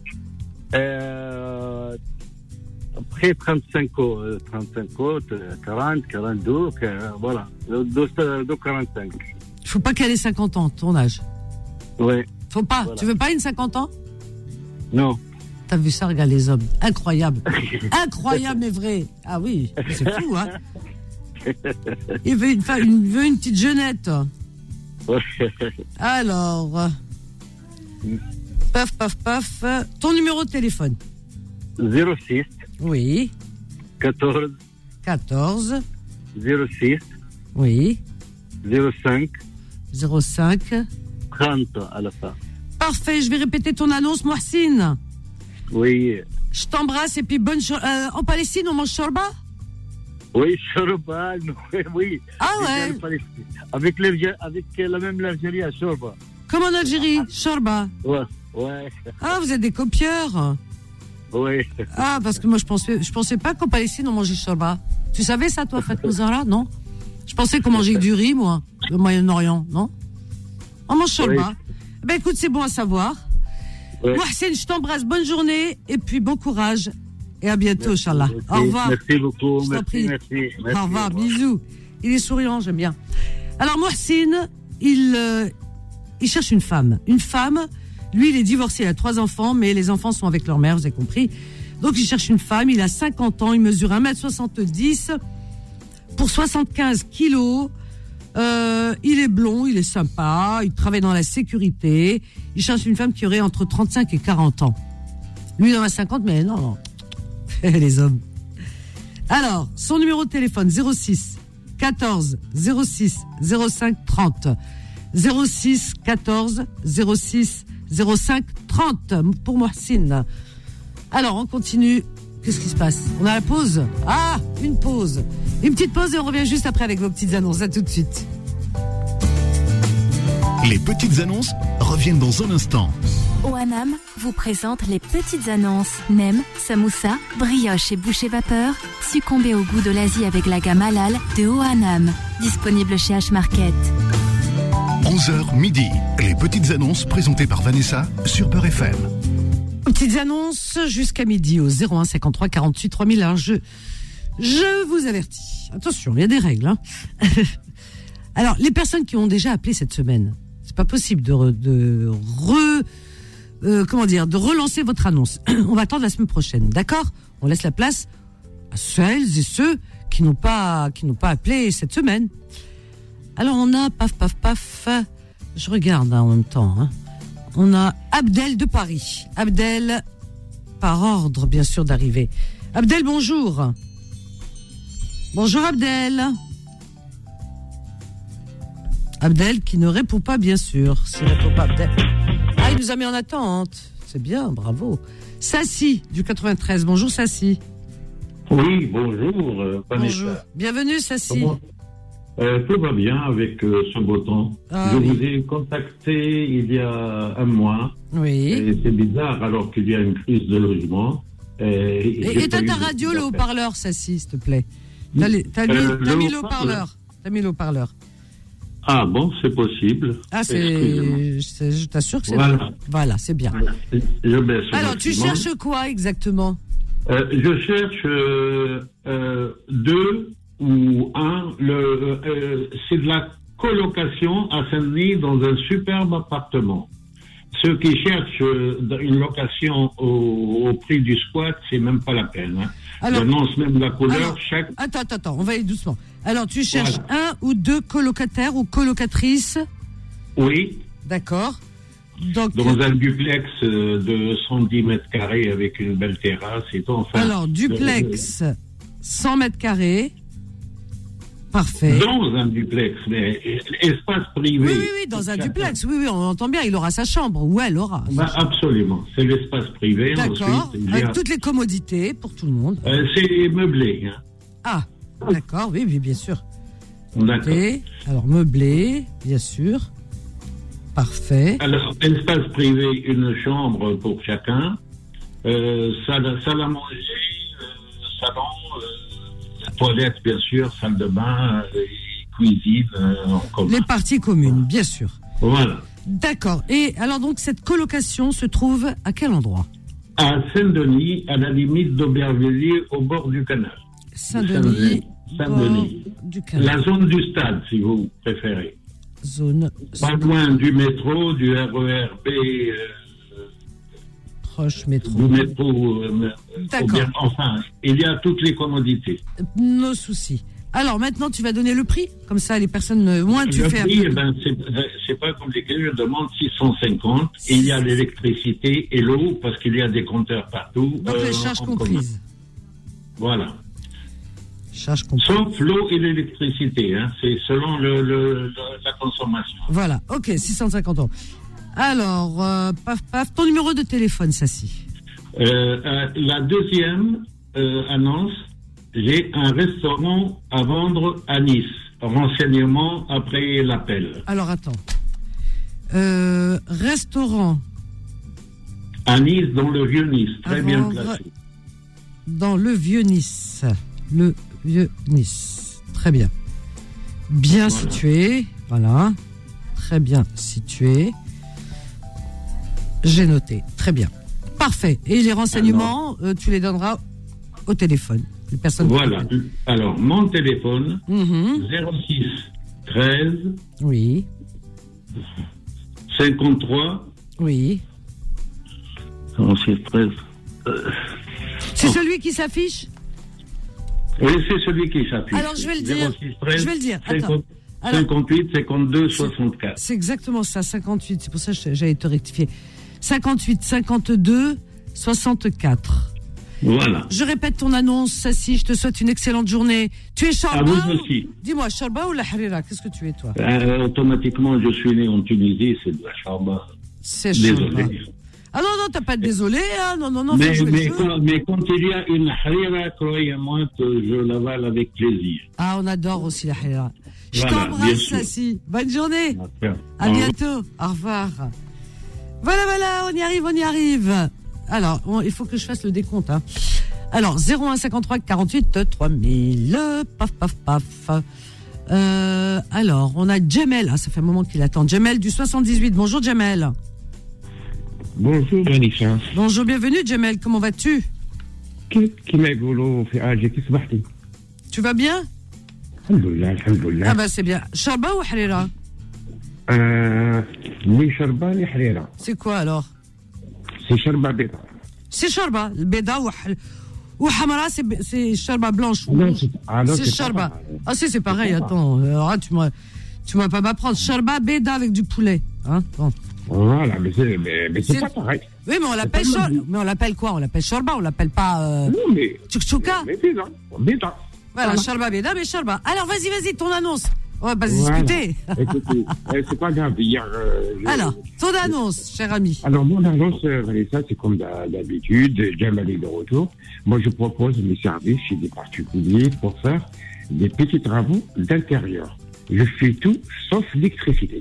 Euh, après trente-cinq ans, trente-cinq ans, quarante, quarante-deux, voilà, de quarante-cinq. Il faut pas qu'elle ait cinquante ans, ton âge. Oui. Faut pas. Voilà. Tu veux pas une cinquante ans? Non. T'as vu ça, regarde les hommes. Incroyable. Incroyable, mais vrai. Ah oui, c'est fou, hein. Il veut une, il veut une petite jeunette. Alors, paf, paf, paf. Ton numéro de téléphone? zéro six. Oui. quatorze. quatorze. zéro six. Oui. zéro cinq. zéro cinq. trente à la fin. Parfait, je vais répéter ton annonce, Mohsin. Oui. Je t'embrasse et puis bonne cho- euh, en Palestine, on mange shorba? Oui, shorba, oui. Ah ouais. Avec, avec la même l'Algérie à shorba. Comme en Algérie, shorba. Ouais, ouais. Ah, vous êtes des copieurs. Oui. Ah, parce que moi, je pensais, je pensais pas qu'en Palestine, on mangeait shorba. Tu savais ça, toi, Fatma Zahra, non? Je pensais qu'on mangeait que du riz, moi, le Moyen-Orient, non? On mange shorba. Oui. Ben écoute, c'est bon à savoir. Oui. Mohsin, je t'embrasse, bonne journée, et puis bon courage. Et à bientôt, Inch'Allah. Au revoir. Merci beaucoup. Je t'en merci, prie. merci, merci. Au revoir, bisous. Il est souriant, j'aime bien. Alors, Mohsin, il, euh, il cherche une femme. Une femme, lui, il est divorcé, il a trois enfants, mais les enfants sont avec leur mère, vous avez compris. Donc, il cherche une femme, il a cinquante ans, il mesure un mètre soixante-dix pour soixante-quinze kilos. Euh, il est blond, il est sympa, il travaille dans la sécurité. Il cherche une femme qui aurait entre trente-cinq et quarante ans. Lui, il en a cinquante, mais non, non. Les hommes. Alors, son numéro de téléphone, zéro six quatorze zéro six zéro cinq trente. zéro six quatorze zéro six zéro cinq trente pour Mohsin. Alors, on continue. Qu'est-ce qui se passe? On a la pause? Ah, une pause. Une petite pause et on revient juste après avec vos petites annonces. À tout de suite. Les petites annonces reviennent dans un instant. Oanam vous présente les petites annonces. Nem, samoussa, brioche et boucher vapeur. Succombez au goût de l'Asie avec la gamme halal de Oanam. Disponible chez H-Market. onze heures midi. Les petites annonces présentées par Vanessa sur Peur F M. Petites annonces jusqu'à midi au zéro un cinquante-trois quarante-huit trois mille. Alors je, je vous avertis. Attention, il y a des règles. Hein. Alors, les personnes qui ont déjà appelé cette semaine, c'est pas possible de, re, de re, euh, comment dire, de relancer votre annonce. On va attendre la semaine prochaine, d'accord? On laisse la place à celles et ceux qui n'ont pas, qui n'ont pas appelé cette semaine. Alors, on a paf paf paf. Je regarde hein, en même temps. Hein. On a Abdel de Paris. Abdel, par ordre, bien sûr, d'arrivée. Abdel, bonjour. Bonjour, Abdel. Abdel qui ne répond pas, bien sûr. S'il ne répond pas, Abdel. Ah, il nous a mis en attente. C'est bien, bravo. Sassi, du quatre-vingt-treize. Bonjour, Sassi. Oui, bonjour, euh, Bonjour. Bienvenue, Sassi. Comment, Euh, tout va bien avec euh, ce beau temps. Ah, Je oui. vous ai contacté il y a un mois. Oui. Et c'est bizarre alors qu'il y a une crise de logement. Et, Et j'ai éteins pas eu ta de radio, appel. le haut-parleur, ça si, s'il te plaît. T'as les- t'as mis, Euh, t'as le mis le haut-parleur. haut-parleur. T'as mis le haut-parleur. Ah bon, c'est possible. Ah, Excusez-moi. c'est. c'est- Je t'assure que c'est. Voilà. bon. Voilà, c'est bien. Voilà. Je baisse au Alors, tu maximum. cherches quoi exactement? Euh, je cherche euh, euh, deux ou un. Le, euh, c'est de la colocation à Saint-Denis dans un superbe appartement. Ceux qui cherchent euh, une location au, au prix du squat, c'est même pas la peine. Hein. Alors- J'annonce même la couleur. Alors, chaque... Attends, attends, attends, on va aller doucement. Alors, tu cherches Voilà. un ou deux colocataires ou colocatrices. Oui, D'accord. Donc, dans un duplex euh, de cent dix mètres carrés avec une belle terrasse et tout. Enfin, alors, duplex, cent mètres carrés. Parfait. Dans un duplex, mais espace privé. Oui, oui, oui, dans un duplex. Oui, oui, on entend bien. Il aura sa chambre. Ou elle aura. Bah, absolument. C'est l'espace privé. D'accord. Ensuite, il y Avec a- toutes les commodités pour tout le monde. Euh, c'est meublé. Hein. Ah, d'accord. Oui, oui, bien sûr. D'accord. Ok. Alors, meublé, bien sûr. Parfait. Alors, espace privé, une chambre pour chacun. Euh, salle, salle à manger, euh, salon, euh, toilette, bien sûr, salle de bain, euh, et cuisine euh, en commun. Les parties communes, bien sûr. Voilà. D'accord. Et alors, donc, cette colocation se trouve à quel endroit? À Saint-Denis, à la limite d'Aubervilliers, au bord du canal. Saint-Denis, Saint-Denis. bord du canal. La zone du stade, si vous préférez. Zone Pas loin du métro, du R E R B, euh, proche métro. du métro. euh, D'accord. Auber- Enfin, il y a toutes les commodités. Nos soucis. Alors, maintenant, tu vas donner le prix. Comme ça, les personnes, euh, moins tu Le fais un prix, peu. eh ben, c'est, c'est pas compliqué. Je demande six cent cinquante. Et il y a l'électricité et l'eau parce qu'il y a des compteurs partout. Donc, euh, les charges en comprises. commun. Voilà. Charges comprises. Sauf l'eau et l'électricité. Hein. C'est selon le, le- le- la consommation. Voilà. OK, six cent cinquante euros. Alors, euh, paf, paf, ton numéro de téléphone, ça si. Euh, euh, la deuxième euh, annonce, j'ai un restaurant à vendre à Nice. Renseignement après l'appel. Alors, attends. Euh, restaurant À Nice, dans le Vieux-Nice. Très À bien vendre. placé. dans le Vieux-Nice. Le Vieux-Nice. Très bien. Bien Voilà. situé. Voilà. Très bien situé. J'ai noté. Très bien. Parfait. Et les renseignements, euh, tu les donneras au téléphone. Les personnes. Voilà. Alors, mon téléphone, Mhm. zéro six treize Oui. cinquante-trois. Oui. zéro six treize. C'est celui qui s'affiche? Oui, c'est celui qui s'affiche. Alors, je vais le dire. zéro six treize, Je vais le dire. Attends. cinquante, Alors- cinquante-huit, cinquante-deux, soixante-quatre. C'est exactement ça, cinquante-huit. C'est pour ça que j'allais te rectifier. cinquante-huit, cinquante-deux, soixante-quatre. Voilà. Je répète ton annonce, Sassi. Je te souhaite une excellente journée. Tu es À Charba vous ou- aussi. Dis-moi, Charba ou la Harira? Qu'est-ce que tu es, toi? Euh, automatiquement, je suis né en Tunisie, c'est de la charba. C'est Charba. Désolé. Ah non, non, t'as pas de désolé, hein. Non, non, non, faut Mais, jouer le mais, jeu. quand, mais quand il y a une harira, croyez-moi que je l'avale avec plaisir. Ah, on adore aussi la Harira. Je Voilà, bien t'embrasse, sûr. Sassi. Bonne journée. Merci. À Au revoir. bientôt. Au revoir. Voilà, voilà, on y arrive, on y arrive. Alors, on- il faut que je fasse le décompte. Hein. Alors, zéro un cinquante-trois quarante-huit trois mille. Paf, paf, paf. Euh, alors, on a Jamel. Ah, ça fait un moment qu'il attend. Jamel du soixante-dix-huit. Bonjour, Jamel. Bonjour Vanessa. Bonjour, bienvenue, Jamel. Comment vas-tu? كما يقولوا في حاجة صبحتي. Tu vas bien? الحمد لله الحمد Ah, لله. bah, c'est bien. Charba ou Harira? آه لي شربة لي حريرة. C'est quoi alors? سي شربة بيضاء. C'est Charba. Le Béda ou, ou Hamara, c'est, c'est Charba blanche. Non, c'est- ah non, c'est c'est pas Charba. pareil. Ah, si, c'est pareil, C'est pas attends. Alors, là, tu m'as, tu m'as pas m'apprendre. Charba Béda avec du poulet. Hein? Bon. Voilà, mais c'est, mais, mais c'est C'est- pas pareil. Oui, mais on l'appelle pas Charba. le même. Mais on l'appelle quoi? On l'appelle Charba, on l'appelle pas, euh, Non, mais. Tchoukchouka. Mais bيضاء بيضاء. Voilà, Voilà. Charba Béda, mais Charba. Alors, vas-y, vas-y, ton annonce. On va pas se Voilà. discuter. Écoutez, euh, c'est pas grave. Hier, euh, je- Alors, ton annonce, cher ami. Alors, mon annonce, euh, Vanessa, c'est comme d'ha- d'habitude. Jamal est de retour. Moi, je propose mes services chez des particuliers pour faire des petits travaux d'intérieur. je fais tout sauf l'électricité.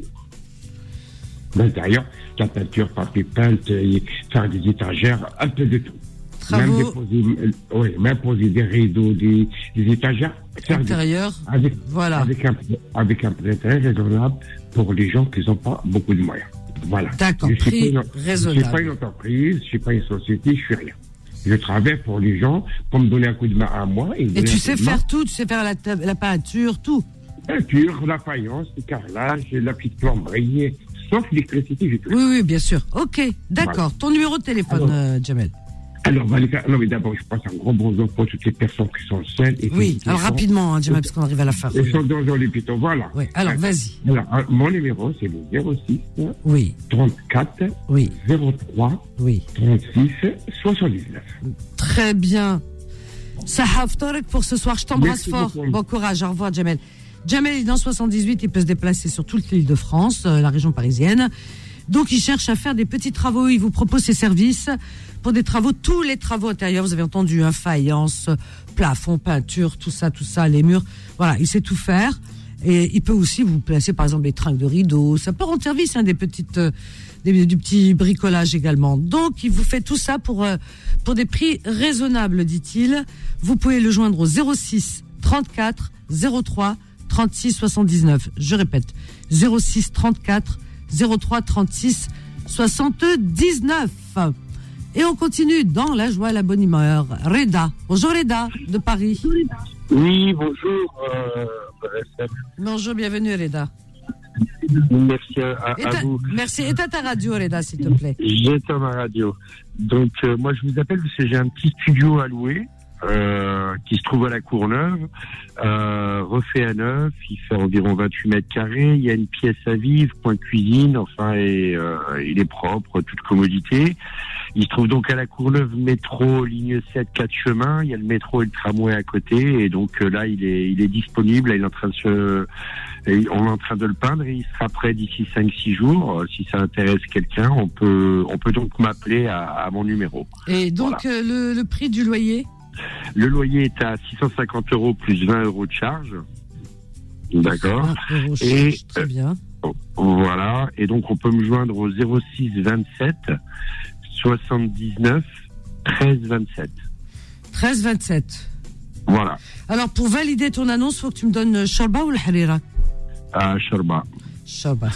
L'intérieur, la peinture, papier peint, faire des étagères, un peu de tout. Travaux. Même déposer, oui, même poser des rideaux, des, des étagères. Intérieur. Des, avec, voilà. Avec un, avec un prix très raisonnable pour les gens qui n'ont pas beaucoup de moyens. Voilà. D'accord, je prix une, raisonnable. Je ne suis pas une entreprise, je ne suis pas une société, je suis rien. Je travaille pour les gens pour me donner un coup de main à moi. Et, et tu sais faire tout, tu sais faire la, la peinture, tout. Peinture, la faïence, le carrelage, la petite plomberie, sauf l'électricité, j'ai tout. Oui, oui, bien sûr. Ok, d'accord. Voilà. Ton numéro de téléphone, alors, euh, Jamel. Alors, Malika, non, mais d'abord, je passe un gros bonjour pour toutes les personnes qui sont seules. Et oui, qui alors sont, rapidement, hein, Jamel, parce qu'on arrive à la fin. Ils sont dans l'hôpital, voilà. Oui, alors, alors vas-y. Alors, mon numéro, c'est le zéro six oui. trente-quatre oui. zéro trois oui. trente-six soixante-dix-neuf. Très bien. Sahaf Torek pour ce soir. Je t'embrasse fort. Beaucoup. Bon courage. Au revoir, Jamel. Jamel est dans soixante-dix-huit. Il peut se déplacer sur toute l'île de France, euh, la région parisienne. Donc, il cherche à faire des petits travaux. Il vous propose ses services pour des travaux, tous les travaux intérieurs. Vous avez entendu, hein, faïence, plafond, peinture, tout ça, tout ça, les murs. Voilà, il sait tout faire. Et il peut aussi vous placer, par exemple, des trinques de rideaux. Ça peut rendre service, hein, des petites, euh, des, du petit bricolage également. Donc, il vous fait tout ça pour, euh, pour des prix raisonnables, dit-il. Vous pouvez le joindre au zéro six trente-quatre zéro trois trente-six soixante-dix-neuf. Je répète, zéro six trente-quatre zéro trois trente-six soixante-dix-neuf. Et on continue dans la joie et la bonne humeur. Reda. Bonjour Reda, de Paris. Oui, bonjour. Euh, bonjour, bienvenue Reda. Merci à, à, à vous. Merci. Éteins ta radio Reda, s'il te plaît. J'éteins ma radio. Donc, euh, moi, je vous appelle parce que j'ai un petit studio à louer. Euh, qui se trouve à la Courneuve, euh, refait à neuf, il fait environ vingt-huit mètres carrés, il y a une pièce à vivre, point cuisine, enfin, et, euh, il est propre, toute commodité. Il se trouve donc à la Courneuve, métro, ligne sept, quatre chemins, il y a le métro et le tramway à côté, et donc euh, là, il est, il est disponible, là, il est en train de se, et on est en train de le peindre, et il sera prêt d'ici cinq six jours. Euh, si ça intéresse quelqu'un, on peut, on peut donc m'appeler à, à mon numéro. Et donc, voilà. euh, le, le prix du loyer? Le loyer est à six cent cinquante euros plus vingt euros de charge. D'accord. Euros et charge, très bien. Euh, voilà. Et donc, on peut me joindre au zéro six vingt-sept soixante-dix-neuf treize vingt-sept. treize vingt-sept. Voilà. Alors, pour valider ton annonce, il faut que tu me donnes Shorba ou le Harira? Ah, Shorba. Shorba.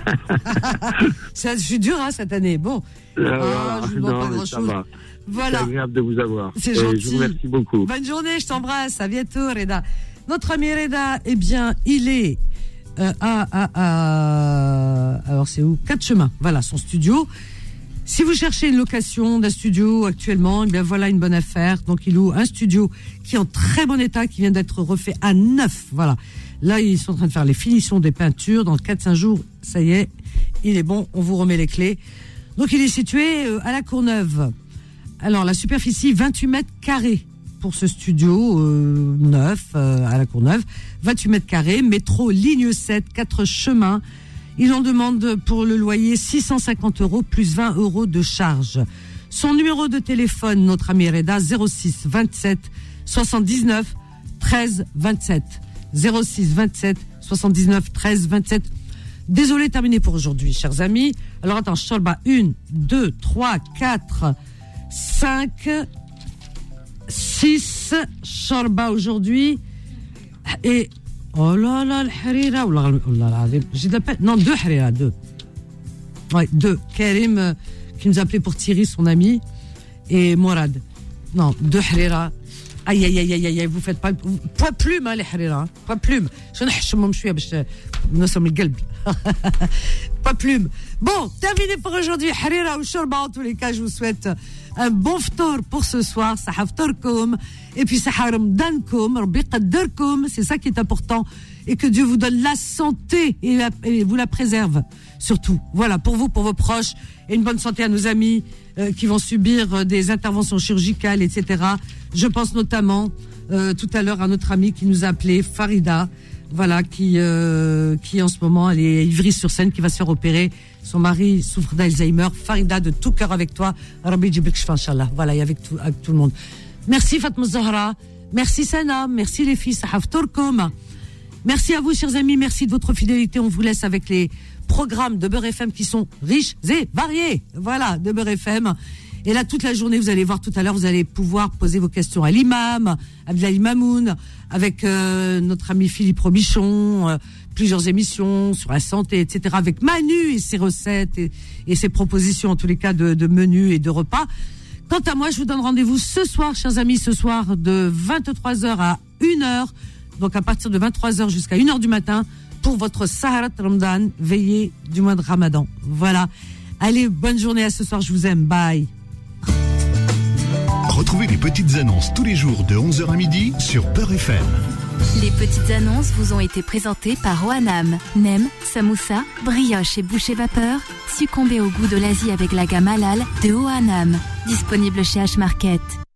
Je suis dur, hein, cette année. Bon. Euh, ah, voilà. je ne vois non, pas grand-chose. Voilà. C'est agréable de vous avoir. C'est et gentil. Je vous remercie beaucoup. Bonne journée, je t'embrasse. À bientôt, Reda. Notre ami Reda, eh bien, il est euh, à, à, à... Alors, c'est où? Quatre chemins. Voilà, son studio. Si vous cherchez une location d'un studio actuellement, eh bien, voilà une bonne affaire. Donc, il loue un studio qui est en très bon état, qui vient d'être refait à neuf. Voilà. Là, ils sont en train de faire les finitions des peintures. Dans quatre cinq jours, ça y est, il est bon. On vous remet les clés. Donc, il est situé euh, à la Courneuve. Alors, la superficie, vingt-huit mètres carrés pour ce studio euh, neuf euh, à la Courneuve. vingt-huit mètres carrés, métro, ligne sept, quatre chemins. Il en demande pour le loyer six cent cinquante euros plus vingt euros de charge. Son numéro de téléphone, notre ami Reda, zéro six vingt-sept soixante-dix-neuf treize vingt-sept. zéro six vingt-sept soixante-dix-neuf treize vingt-sept. Désolé, terminé pour aujourd'hui, chers amis. Alors, attends, Shorba, un, deux, trois, quatre... cinq, six Shorba aujourd'hui. Et oh là là, le Harira, oh là là, j'ai de la peine. Non, deux Harira, deux. Ouais, deux. Karim, euh, qui nous appelait pour Thierry, son ami, et Mourad. Non, deux Harira. Aïe, aïe, aïe, aïe, aïe, vous faites pas. Point plume, hein, les Harira. Hein. Point plume. Je ne sais pas, je suis. Nous sommes le galb. Pas plume. Bon, terminé pour aujourd'hui. Harira ou Shorba, en tous les cas, je vous souhaite un bon ftour pour ce soir. Saha ftourkoum. Et puis, saha ramdankoum. Rabbi qaddarkoum. C'est ça qui est important. Et que Dieu vous donne la santé et, la, et vous la préserve. Surtout. Voilà, pour vous, pour vos proches. Et une bonne santé à nos amis euh, qui vont subir euh, des interventions chirurgicales, et cetera. Je pense notamment euh, tout à l'heure à notre amie qui nous a appelé, Farida. Voilà, qui, euh, qui en ce moment, elle est Ivry-sur-Seine, qui va se faire opérer. Son mari souffre d'Alzheimer. Farida, de tout cœur avec toi. Rabbi Djibrik Shfa, Inch'Allah. Voilà, et avec tout, avec tout le monde. Merci Fatma Zahra. Merci Sana. Merci les filles. Sahaf Tourkoum. Merci à vous, chers amis. Merci de votre fidélité. On vous laisse avec les programmes de Beurre F M qui sont riches et variés. Voilà, de Beurre F M. Et là, toute la journée, vous allez voir tout à l'heure, vous allez pouvoir poser vos questions à l'imam, à Abdelali Mamoun, avec euh, notre ami Philippe Robichon, euh, plusieurs émissions sur la santé, et cetera, avec Manu et ses recettes et, et ses propositions, en tous les cas, de, de menus et de repas. Quant à moi, je vous donne rendez-vous ce soir, chers amis, ce soir de vingt-trois heures à une heure, donc à partir de vingt-trois heures jusqu'à une heure du matin, pour votre Saharat Ramadan, veillée du mois de Ramadan. Voilà. Allez, bonne journée à ce soir, je vous aime. Bye. Retrouvez les petites annonces tous les jours de onze heures à midi sur Beurre F M. Les petites annonces vous ont été présentées par Oanam. Nem, samoussa, brioche et boucher vapeur. Succombez au goût de l'Asie avec la gamme halal de Oanam. Disponible chez H-Market.